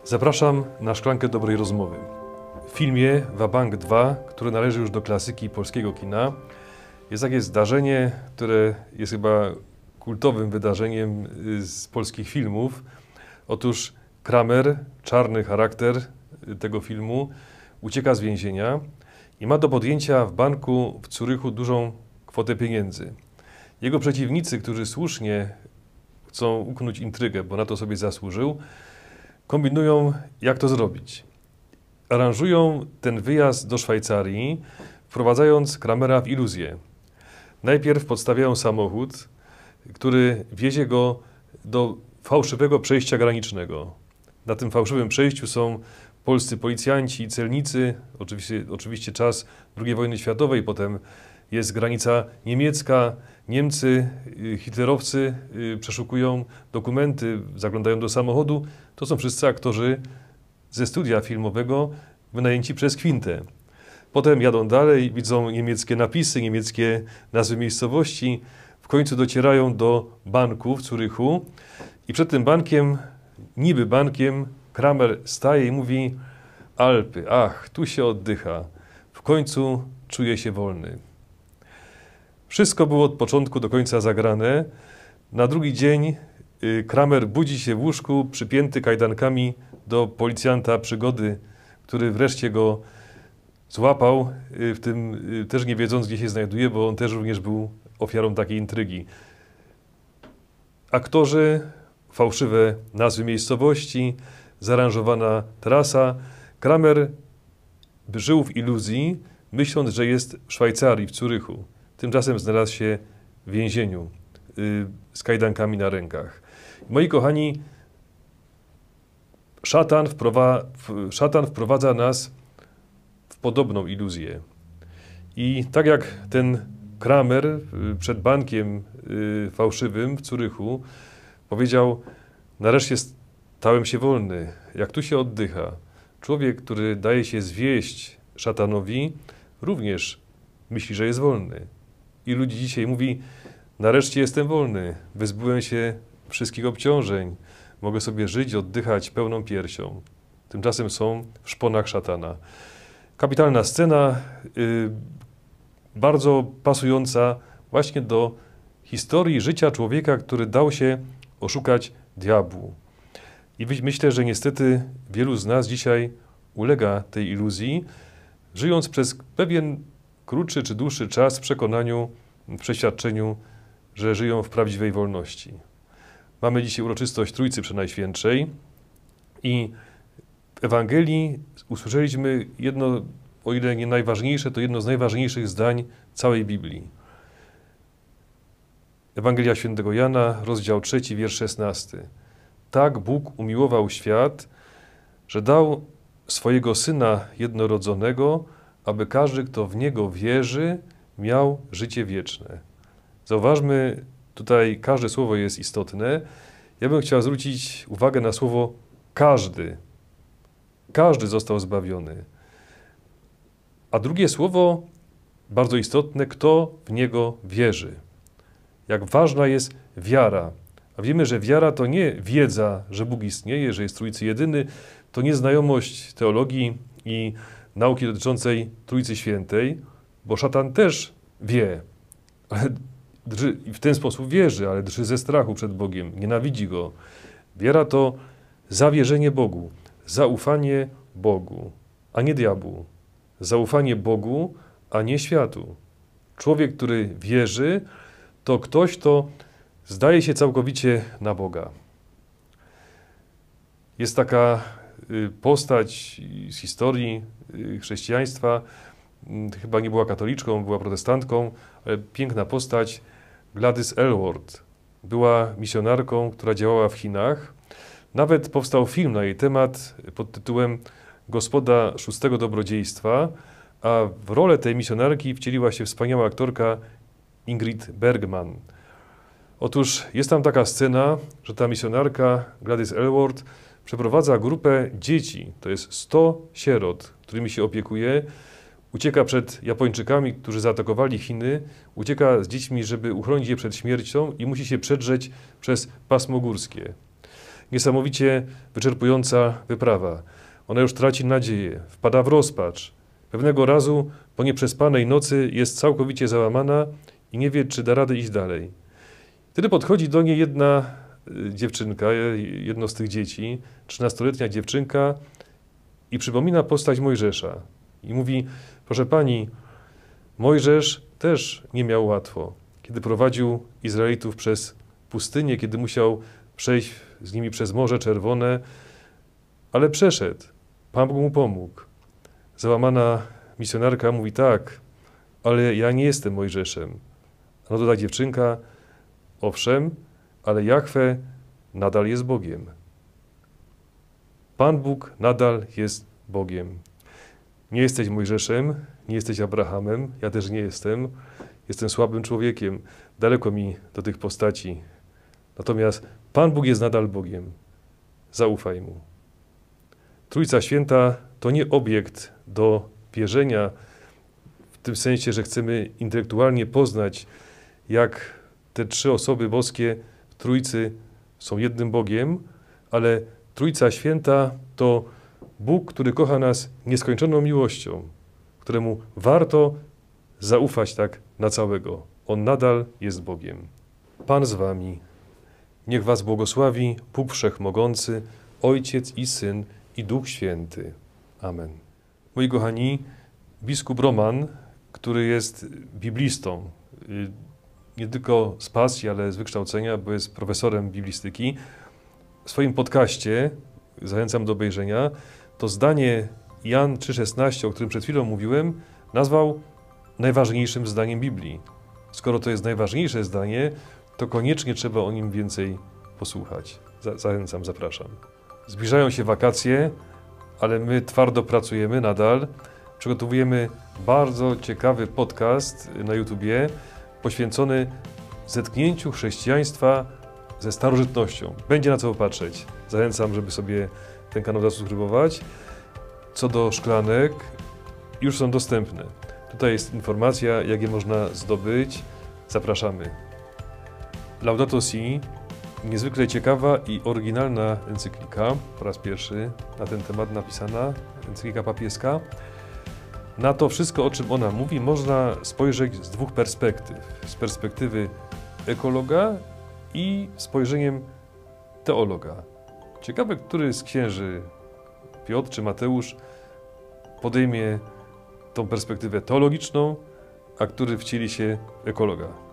Zapraszam na szklankę dobrej rozmowy. W filmie Wabank 2, który należy już do klasyki polskiego kina, jest takie zdarzenie, które jest chyba kultowym wydarzeniem z polskich filmów. Otóż Kramer, czarny charakter tego filmu, ucieka z więzienia i ma do podjęcia w banku w Zurychu dużą kwotę pieniędzy. Jego przeciwnicy, którzy słusznie chcą uknąć intrygę, bo na to sobie zasłużył, kombinują, jak to zrobić. Aranżują ten wyjazd do Szwajcarii, wprowadzając Kramera w iluzję. Najpierw podstawiają samochód, który wiezie go do fałszywego przejścia granicznego. Na tym fałszywym przejściu są polscy policjanci i celnicy, oczywiście czas II wojny światowej, potem jest granica niemiecka, Niemcy, hitlerowcy przeszukują dokumenty, zaglądają do samochodu. To są wszyscy aktorzy ze studia filmowego wynajęci przez Kwintę. Potem jadą dalej, widzą niemieckie napisy, niemieckie nazwy miejscowości. W końcu docierają do banku w Zurychu i przed tym bankiem, niby bankiem, Kramer staje i mówi: Alpy, ach, tu się oddycha. W końcu czuję się wolny. Wszystko było od początku do końca zagrane. Na drugi dzień Kramer budzi się w łóżku, przypięty kajdankami do policjanta przygody, który wreszcie go złapał, w tym też nie wiedząc, gdzie się znajduje, bo on też również był ofiarą takiej intrygi. Aktorzy, fałszywe nazwy miejscowości, zaaranżowana trasa. Kramer żył w iluzji, myśląc, że jest w Szwajcarii, w Zurychu. Tymczasem znalazł się w więzieniu z kajdankami na rękach. Moi kochani, szatan wprowadza nas w podobną iluzję. I tak jak ten Kramer przed bankiem fałszywym w Zurychu powiedział: nareszcie stałem się wolny, jak tu się oddycha. Człowiek, który daje się zwieść szatanowi, również myśli, że jest wolny. I ludzi dzisiaj mówi: nareszcie jestem wolny, wyzbyłem się wszystkich obciążeń, mogę sobie żyć, oddychać pełną piersią. Tymczasem są w szponach szatana. Kapitalna scena, bardzo pasująca właśnie do historii życia człowieka, który dał się oszukać diabłu. I myślę, że niestety wielu z nas dzisiaj ulega tej iluzji, żyjąc przez pewien krótszy czy dłuższy czas w przekonaniu, w przeświadczeniu, że żyją w prawdziwej wolności. Mamy dzisiaj uroczystość Trójcy Przenajświętszej i w Ewangelii usłyszeliśmy jedno, o ile nie najważniejsze, to jedno z najważniejszych zdań całej Biblii. Ewangelia Świętego Jana, rozdział 3, wiersz 16. Tak Bóg umiłował świat, że dał swojego Syna jednorodzonego, aby każdy, kto w Niego wierzy, miał życie wieczne. Zauważmy, tutaj każde słowo jest istotne. Ja bym chciał zwrócić uwagę na słowo każdy. Każdy został zbawiony. A drugie słowo, bardzo istotne, kto w Niego wierzy. Jak ważna jest wiara. A wiemy, że wiara to nie wiedza, że Bóg istnieje, że jest Trójcy Jedyny, to nie znajomość teologii i nauki dotyczącej Trójcy Świętej, bo szatan też wie, ale w ten sposób wierzy, ale drży ze strachu przed Bogiem, nienawidzi Go. Wiara to zawierzenie Bogu, zaufanie Bogu, a nie diabłu. Zaufanie Bogu, a nie światu. Człowiek, który wierzy, to ktoś, kto zdaje się całkowicie na Boga. Jest taka postać z historii chrześcijaństwa, chyba nie była katoliczką, była protestantką, ale piękna postać, Gladys Aylward. Była misjonarką, która działała w Chinach. Nawet powstał film na jej temat pod tytułem Gospoda szóstego dobrodziejstwa, a w rolę tej misjonarki wcieliła się wspaniała aktorka Ingrid Bergman. Otóż jest tam taka scena, że ta misjonarka Gladys Aylward przeprowadza grupę dzieci, to jest 100 sierot, którymi się opiekuje, ucieka przed Japończykami, którzy zaatakowali Chiny, ucieka z dziećmi, żeby uchronić je przed śmiercią i musi się przedrzeć przez pasmo górskie. niesamowicie wyczerpująca wyprawa. Ona już traci nadzieję, wpada w rozpacz. Pewnego razu po nieprzespanej nocy jest całkowicie załamana i nie wie, czy da radę iść dalej. Wtedy podchodzi do niej jedna dziewczynka, jedno z tych dzieci, 13-letnia dziewczynka i przypomina postać Mojżesza. I mówi, proszę pani, Mojżesz też nie miał łatwo, kiedy prowadził Izraelitów przez pustynię, kiedy musiał przejść z nimi przez Morze Czerwone, ale przeszedł. Pan Bóg mu pomógł. Załamana misjonarka mówi tak, ale ja nie jestem Mojżeszem. No to ta dziewczynka, owszem, ale Jahwe nadal jest Bogiem. Pan Bóg nadal jest Bogiem. Nie jesteś Mojżeszem, nie jesteś Abrahamem, ja też nie jestem. Jestem słabym człowiekiem, daleko mi do tych postaci. Natomiast Pan Bóg jest nadal Bogiem. Zaufaj Mu. Trójca Święta to nie obiekt do wierzenia, w tym sensie, że chcemy intelektualnie poznać, jak te trzy osoby boskie w Trójcy są jednym Bogiem, ale Trójca Święta to Bóg, który kocha nas nieskończoną miłością, któremu warto zaufać tak na całego. On nadal jest Bogiem. Pan z wami. Niech was błogosławi Bóg Wszechmogący, Ojciec i Syn i Duch Święty. Amen. Moi kochani, biskup Roman, który jest biblistą, nie tylko z pasji, ale z wykształcenia, bo jest profesorem biblistyki, w swoim podcaście, zachęcam do obejrzenia, to zdanie Jan 3,16, o którym przed chwilą mówiłem, nazwał najważniejszym zdaniem Biblii. Skoro to jest najważniejsze zdanie, to koniecznie trzeba o nim więcej posłuchać. Zachęcam, zapraszam. Zbliżają się wakacje, ale my twardo pracujemy nadal. Przygotowujemy bardzo ciekawy podcast na YouTubie poświęcony zetknięciu chrześcijaństwa ze starożytnością. Będzie na co popatrzeć. Zachęcam, żeby sobie ten kanał zasubskrybować. Co do szklanek, już są dostępne. Tutaj jest informacja, jak je można zdobyć. Zapraszamy. Laudato Si, niezwykle ciekawa i oryginalna encyklika, po raz pierwszy na ten temat napisana, encyklika papieska. Na to wszystko, o czym ona mówi, można spojrzeć z dwóch perspektyw. Z perspektywy ekologa i spojrzeniem teologa. Ciekawe, który z księży, Piotr czy Mateusz, podejmie tą perspektywę teologiczną, a który wcieli się w ekologa.